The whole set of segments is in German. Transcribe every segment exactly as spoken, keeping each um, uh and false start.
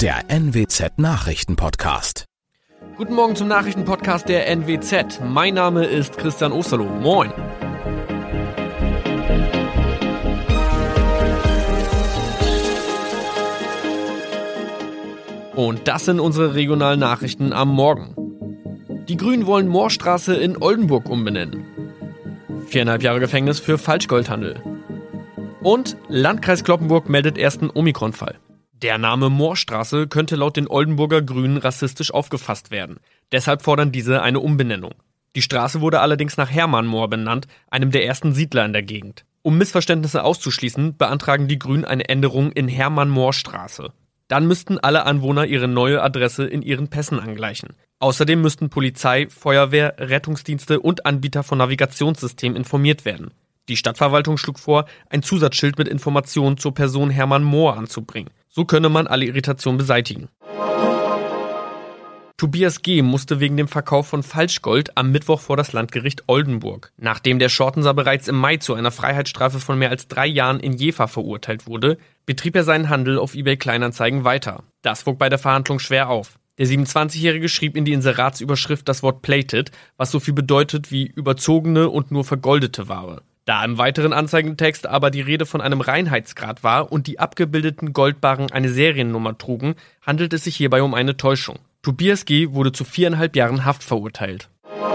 der N W Z-Nachrichten-Podcast. Guten Morgen zum Nachrichtenpodcast der N W Z. Mein Name ist Christian Osterloh. Moin. Und das sind unsere regionalen Nachrichten am Morgen. Die Grünen wollen Moorstraße in Oldenburg umbenennen. Viereinhalb Jahre Gefängnis für Falschgoldhandel. Und Landkreis Cloppenburg meldet ersten Omikron-Fall. Der Name Moorstraße könnte laut den Oldenburger Grünen rassistisch aufgefasst werden. Deshalb fordern diese eine Umbenennung. Die Straße wurde allerdings nach Hermann Mohr benannt, einem der ersten Siedler in der Gegend. Um Missverständnisse auszuschließen, beantragen die Grünen eine Änderung in Hermann-Mohr-Straße. Dann müssten alle Anwohner ihre neue Adresse in ihren Pässen angleichen. Außerdem müssten Polizei, Feuerwehr, Rettungsdienste und Anbieter von Navigationssystemen informiert werden. Die Stadtverwaltung schlug vor, ein Zusatzschild mit Informationen zur Person Hermann Mohr anzubringen. So könne man alle Irritationen beseitigen. Tobias G. musste wegen dem Verkauf von Falschgold am Mittwoch vor das Landgericht Oldenburg. Nachdem der Schortenser bereits im Mai zu einer Freiheitsstrafe von mehr als drei Jahren in Jever verurteilt wurde, betrieb er seinen Handel auf eBay Kleinanzeigen weiter. Das wog bei der Verhandlung schwer auf. Der siebenundzwanzigjährige schrieb in die Inseratsüberschrift das Wort plated, was so viel bedeutet wie überzogene und nur vergoldete Ware. Da im weiteren Anzeigentext aber die Rede von einem Reinheitsgrad war und die abgebildeten Goldbarren eine Seriennummer trugen, handelt es sich hierbei um eine Täuschung. Tobias G. wurde zu viereinhalb Jahren Haft verurteilt.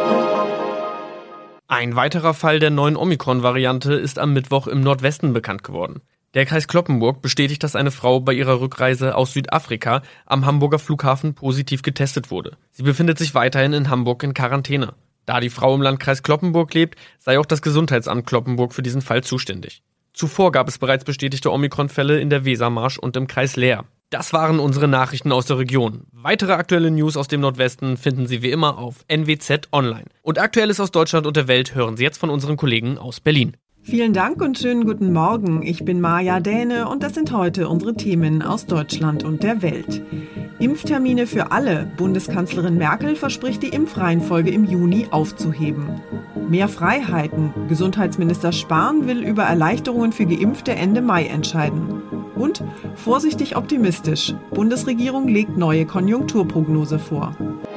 Ein weiterer Fall der neuen Omikron-Variante ist am Mittwoch im Nordwesten bekannt geworden. Der Kreis Cloppenburg bestätigt, dass eine Frau bei ihrer Rückreise aus Südafrika am Hamburger Flughafen positiv getestet wurde. Sie befindet sich weiterhin in Hamburg in Quarantäne. Da die Frau im Landkreis Cloppenburg lebt, sei auch das Gesundheitsamt Cloppenburg für diesen Fall zuständig. Zuvor gab es bereits bestätigte Omikron-Fälle in der Wesermarsch und im Kreis Leer. Das waren unsere Nachrichten aus der Region. Weitere aktuelle News aus dem Nordwesten finden Sie wie immer auf N W Z Online. Und Aktuelles aus Deutschland und der Welt hören Sie jetzt von unseren Kollegen aus Berlin. Vielen Dank und schönen guten Morgen. Ich bin Maja Däne und das sind heute unsere Themen aus Deutschland und der Welt. Impftermine für alle. Bundeskanzlerin Merkel verspricht, die Impfreihenfolge im Juni aufzuheben. Mehr Freiheiten. Gesundheitsminister Spahn will über Erleichterungen für Geimpfte Ende Mai entscheiden. Und vorsichtig optimistisch. Bundesregierung legt neue Konjunkturprognose vor.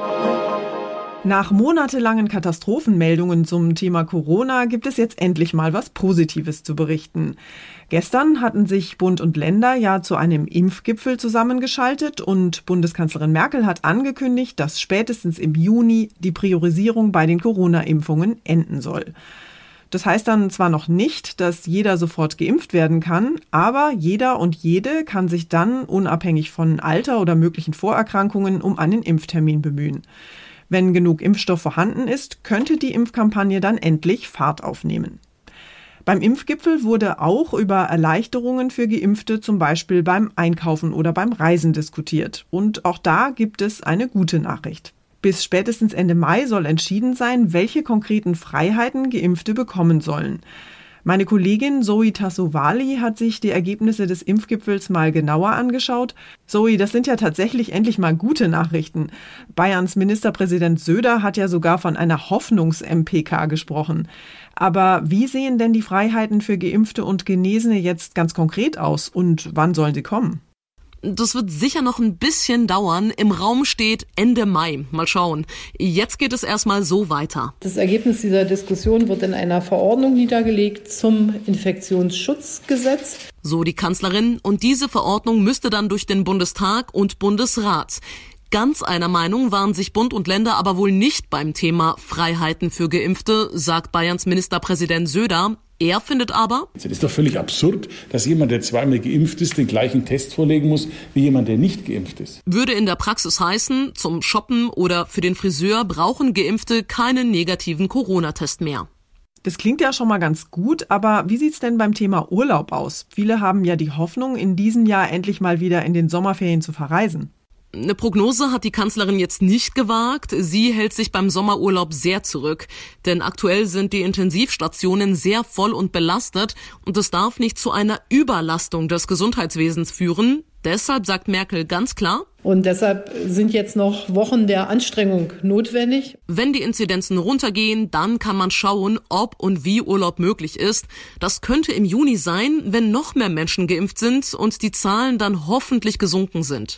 Nach monatelangen Katastrophenmeldungen zum Thema Corona gibt es jetzt endlich mal was Positives zu berichten. Gestern hatten sich Bund und Länder ja zu einem Impfgipfel zusammengeschaltet und Bundeskanzlerin Merkel hat angekündigt, dass spätestens im Juni die Priorisierung bei den Corona-Impfungen enden soll. Das heißt dann zwar noch nicht, dass jeder sofort geimpft werden kann, aber jeder und jede kann sich dann unabhängig von Alter oder möglichen Vorerkrankungen um einen Impftermin bemühen. Wenn genug Impfstoff vorhanden ist, könnte die Impfkampagne dann endlich Fahrt aufnehmen. Beim Impfgipfel wurde auch über Erleichterungen für Geimpfte, zum Beispiel beim Einkaufen oder beim Reisen, diskutiert. Und auch da gibt es eine gute Nachricht. Bis spätestens Ende Mai soll entschieden sein, welche konkreten Freiheiten Geimpfte bekommen sollen. Meine Kollegin Zoe Tassovali hat sich die Ergebnisse des Impfgipfels mal genauer angeschaut. Zoe, das sind ja tatsächlich endlich mal gute Nachrichten. Bayerns Ministerpräsident Söder hat ja sogar von einer Hoffnungs-M P K gesprochen. Aber wie sehen denn die Freiheiten für Geimpfte und Genesene jetzt ganz konkret aus und wann sollen sie kommen? Das wird sicher noch ein bisschen dauern. Im Raum steht Ende Mai. Mal schauen. Jetzt geht es erstmal so weiter. Das Ergebnis dieser Diskussion wird in einer Verordnung niedergelegt zum Infektionsschutzgesetz. So die Kanzlerin. Und diese Verordnung müsste dann durch den Bundestag und Bundesrat. Ganz einer Meinung waren sich Bund und Länder aber wohl nicht beim Thema Freiheiten für Geimpfte, sagt Bayerns Ministerpräsident Söder. Er findet aber, es ist doch völlig absurd, dass jemand, der zweimal geimpft ist, den gleichen Test vorlegen muss, wie jemand, der nicht geimpft ist. Würde in der Praxis heißen, zum Shoppen oder für den Friseur brauchen Geimpfte keinen negativen Corona-Test mehr. Das klingt ja schon mal ganz gut, aber wie sieht's denn beim Thema Urlaub aus? Viele haben ja die Hoffnung, in diesem Jahr endlich mal wieder in den Sommerferien zu verreisen. Eine Prognose hat die Kanzlerin jetzt nicht gewagt. Sie hält sich beim Sommerurlaub sehr zurück. Denn aktuell sind die Intensivstationen sehr voll und belastet und es darf nicht zu einer Überlastung des Gesundheitswesens führen. Deshalb sagt Merkel ganz klar, und deshalb sind jetzt noch Wochen der Anstrengung notwendig. Wenn die Inzidenzen runtergehen, dann kann man schauen, ob und wie Urlaub möglich ist. Das könnte im Juni sein, wenn noch mehr Menschen geimpft sind und die Zahlen dann hoffentlich gesunken sind.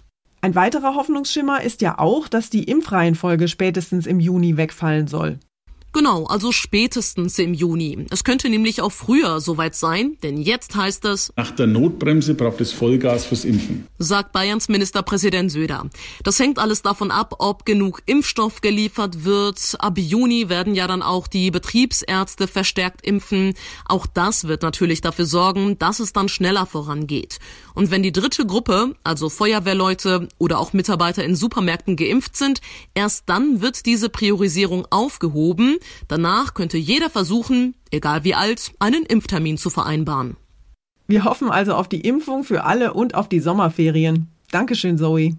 Ein weiterer Hoffnungsschimmer ist ja auch, dass die Impfreihenfolge spätestens im Juni wegfallen soll. Genau, also spätestens im Juni. Es könnte nämlich auch früher soweit sein, denn jetzt heißt es: Nach der Notbremse braucht es Vollgas fürs Impfen, sagt Bayerns Ministerpräsident Söder. Das hängt alles davon ab, ob genug Impfstoff geliefert wird. Ab Juni werden ja dann auch die Betriebsärzte verstärkt impfen. Auch das wird natürlich dafür sorgen, dass es dann schneller vorangeht. Und wenn die dritte Gruppe, also Feuerwehrleute oder auch Mitarbeiter in Supermärkten geimpft sind, erst dann wird diese Priorisierung aufgehoben. Danach könnte jeder versuchen, egal wie alt, einen Impftermin zu vereinbaren. Wir hoffen also auf die Impfung für alle und auf die Sommerferien. Dankeschön, Zoe.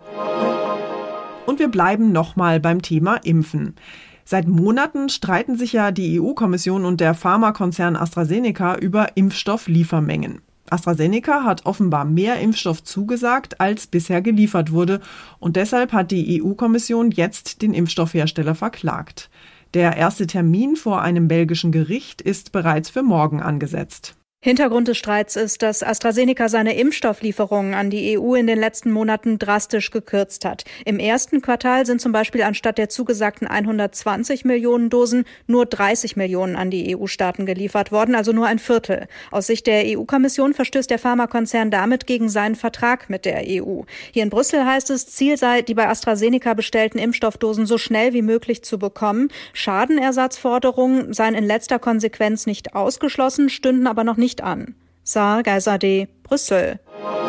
Und wir bleiben nochmal beim Thema Impfen. Seit Monaten streiten sich ja die E U-Kommission und der Pharmakonzern AstraZeneca über Impfstoffliefermengen. AstraZeneca hat offenbar mehr Impfstoff zugesagt, als bisher geliefert wurde. Und deshalb hat die E U-Kommission jetzt den Impfstoffhersteller verklagt. Der erste Termin vor einem belgischen Gericht ist bereits für morgen angesetzt. Hintergrund des Streits ist, dass AstraZeneca seine Impfstofflieferungen an die E U in den letzten Monaten drastisch gekürzt hat. Im ersten Quartal sind zum Beispiel anstatt der zugesagten hundertzwanzig Millionen Dosen nur dreißig Millionen an die E U-Staaten geliefert worden, also nur ein Viertel. Aus Sicht der E U-Kommission verstößt der Pharmakonzern damit gegen seinen Vertrag mit der E U. Hier in Brüssel heißt es, Ziel sei, die bei AstraZeneca bestellten Impfstoffdosen so schnell wie möglich zu bekommen. Schadenersatzforderungen seien in letzter Konsequenz nicht ausgeschlossen, stünden aber noch nicht an. Saar Geiserde, Brüssel.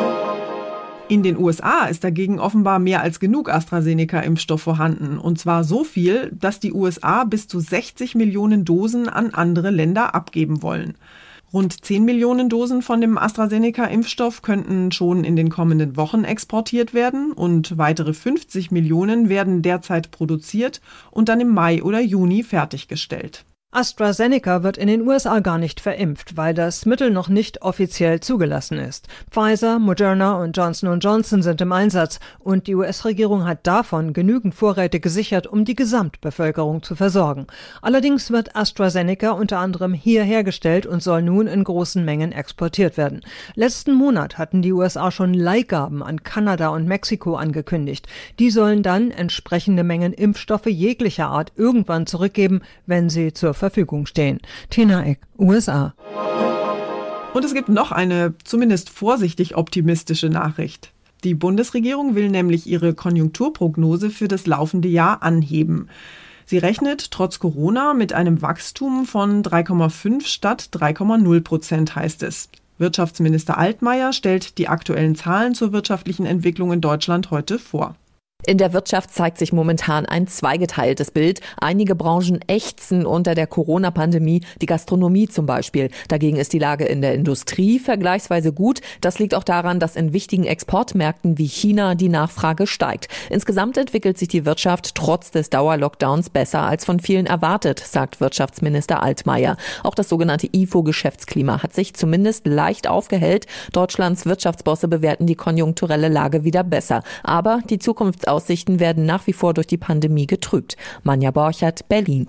In den U S A ist dagegen offenbar mehr als genug AstraZeneca-Impfstoff vorhanden. Und zwar so viel, dass die U S A bis zu sechzig Millionen Dosen an andere Länder abgeben wollen. Rund zehn Millionen Dosen von dem AstraZeneca-Impfstoff könnten schon in den kommenden Wochen exportiert werden und weitere fünfzig Millionen werden derzeit produziert und dann im Mai oder Juni fertiggestellt. AstraZeneca wird in den U S A gar nicht verimpft, weil das Mittel noch nicht offiziell zugelassen ist. Pfizer, Moderna und Johnson und Johnson sind im Einsatz und die U S-Regierung hat davon genügend Vorräte gesichert, um die Gesamtbevölkerung zu versorgen. Allerdings wird AstraZeneca unter anderem hier hergestellt und soll nun in großen Mengen exportiert werden. Letzten Monat hatten die U S A schon Leihgaben an Kanada und Mexiko angekündigt. Die sollen dann entsprechende Mengen Impfstoffe jeglicher Art irgendwann zurückgeben, wenn sie zur Verfügung stehen. Tina Eck, U S A. Und es gibt noch eine zumindest vorsichtig optimistische Nachricht. Die Bundesregierung will nämlich ihre Konjunkturprognose für das laufende Jahr anheben. Sie rechnet trotz Corona mit einem Wachstum von drei Komma fünf statt drei Komma null Prozent, heißt es. Wirtschaftsminister Altmaier stellt die aktuellen Zahlen zur wirtschaftlichen Entwicklung in Deutschland heute vor. In der Wirtschaft zeigt sich momentan ein zweigeteiltes Bild. Einige Branchen ächzen unter der Corona-Pandemie, die Gastronomie zum Beispiel. Dagegen ist die Lage in der Industrie vergleichsweise gut. Das liegt auch daran, dass in wichtigen Exportmärkten wie China die Nachfrage steigt. Insgesamt entwickelt sich die Wirtschaft trotz des Dauerlockdowns besser als von vielen erwartet, sagt Wirtschaftsminister Altmaier. Auch das sogenannte I F O-Geschäftsklima hat sich zumindest leicht aufgehellt. Deutschlands Wirtschaftsbosse bewerten die konjunkturelle Lage wieder besser. Aber die Zukunfts Aussichten werden nach wie vor durch die Pandemie getrübt. Manja Borchert, Berlin.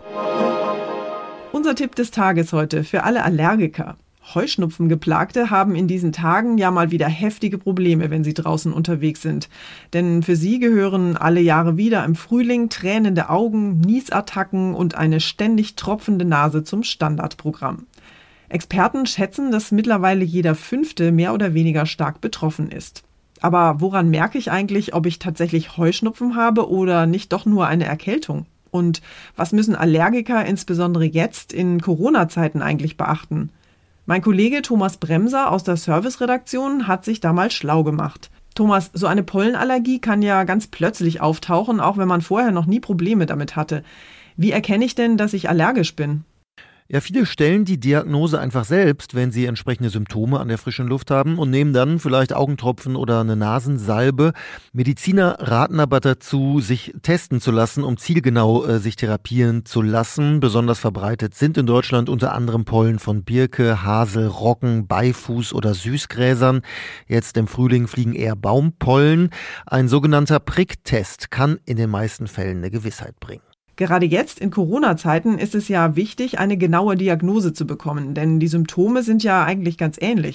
Unser Tipp des Tages heute für alle Allergiker. Heuschnupfengeplagte haben in diesen Tagen ja mal wieder heftige Probleme, wenn sie draußen unterwegs sind. Denn für sie gehören alle Jahre wieder im Frühling tränende Augen, Niesattacken und eine ständig tropfende Nase zum Standardprogramm. Experten schätzen, dass mittlerweile jeder Fünfte mehr oder weniger stark betroffen ist. Aber woran merke ich eigentlich, ob ich tatsächlich Heuschnupfen habe oder nicht doch nur eine Erkältung? Und was müssen Allergiker insbesondere jetzt in Corona-Zeiten eigentlich beachten? Mein Kollege Thomas Bremser aus der Serviceredaktion hat sich da mal schlau gemacht. Thomas, so eine Pollenallergie kann ja ganz plötzlich auftauchen, auch wenn man vorher noch nie Probleme damit hatte. Wie erkenne ich denn, dass ich allergisch bin? Ja, viele stellen die Diagnose einfach selbst, wenn sie entsprechende Symptome an der frischen Luft haben und nehmen dann vielleicht Augentropfen oder eine Nasensalbe. Mediziner raten aber dazu, sich testen zu lassen, um zielgenau äh, sich therapieren zu lassen. Besonders verbreitet sind in Deutschland unter anderem Pollen von Birke, Hasel, Roggen, Beifuß oder Süßgräsern. Jetzt im Frühling fliegen eher Baumpollen. Ein sogenannter Pricktest kann in den meisten Fällen eine Gewissheit bringen. Gerade jetzt in Corona-Zeiten ist es ja wichtig, eine genaue Diagnose zu bekommen, denn die Symptome sind ja eigentlich ganz ähnlich.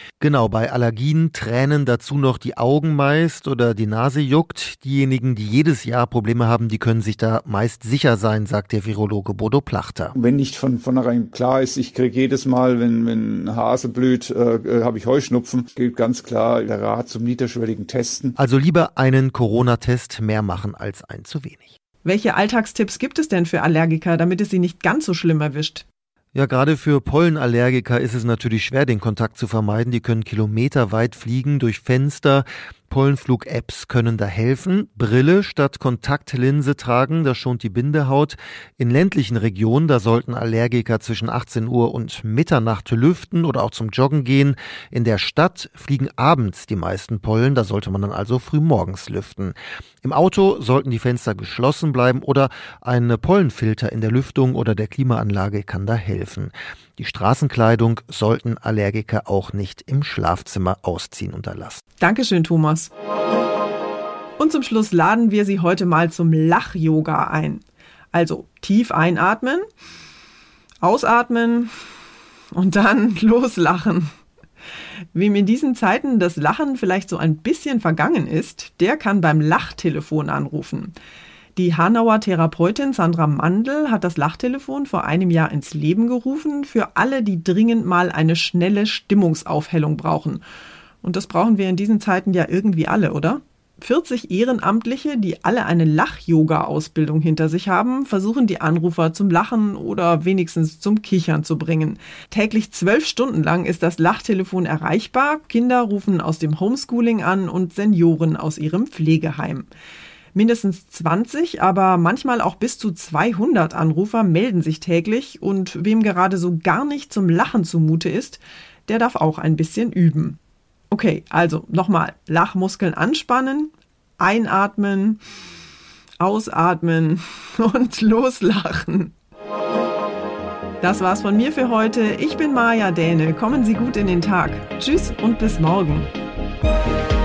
Genau, bei Allergien tränen dazu noch die Augen meist oder die Nase juckt. Diejenigen, die jedes Jahr Probleme haben, die können sich da meist sicher sein, sagt der Virologe Bodo Plachter. Wenn nicht von vornherein klar ist, ich kriege jedes Mal, wenn, wenn Hase blüht, äh, habe ich Heuschnupfen, gilt ganz klar der Rat zum niederschwelligen Testen. Also lieber einen Corona-Test mehr machen als ein zu wenig. Welche Alltagstipps gibt es denn für Allergiker, damit es sie nicht ganz so schlimm erwischt? Ja, gerade für Pollenallergiker ist es natürlich schwer, den Kontakt zu vermeiden. Die können kilometerweit fliegen durch Fenster. Pollenflug-Apps können da helfen. Brille statt Kontaktlinse tragen, das schont die Bindehaut. In ländlichen Regionen, da sollten Allergiker zwischen achtzehn Uhr und Mitternacht lüften oder auch zum Joggen gehen. In der Stadt fliegen abends die meisten Pollen, da sollte man dann also frühmorgens lüften. Im Auto sollten die Fenster geschlossen bleiben oder ein Pollenfilter in der Lüftung oder der Klimaanlage kann da helfen. Die Straßenkleidung sollten Allergiker auch nicht im Schlafzimmer ausziehen unterlassen. Dankeschön, Thomas. Und zum Schluss laden wir Sie heute mal zum Lach-Yoga ein. Also tief einatmen, ausatmen und dann loslachen. Wem in diesen Zeiten das Lachen vielleicht so ein bisschen vergangen ist, der kann beim Lachtelefon anrufen. Die Hanauer Therapeutin Sandra Mandl hat das Lachtelefon vor einem Jahr ins Leben gerufen für alle, die dringend mal eine schnelle Stimmungsaufhellung brauchen. Und das brauchen wir in diesen Zeiten ja irgendwie alle, oder? vierzig Ehrenamtliche, die alle eine Lach-Yoga-Ausbildung hinter sich haben, versuchen die Anrufer zum Lachen oder wenigstens zum Kichern zu bringen. Täglich zwölf Stunden lang ist das Lachtelefon erreichbar. Kinder rufen aus dem Homeschooling an und Senioren aus ihrem Pflegeheim. Mindestens zwanzig, aber manchmal auch bis zu zweihundert Anrufer melden sich täglich und wem gerade so gar nicht zum Lachen zumute ist, der darf auch ein bisschen üben. Okay, also nochmal, Lachmuskeln anspannen, einatmen, ausatmen und loslachen. Das war's von mir für heute. Ich bin Maja Däne. Kommen Sie gut in den Tag. Tschüss und bis morgen.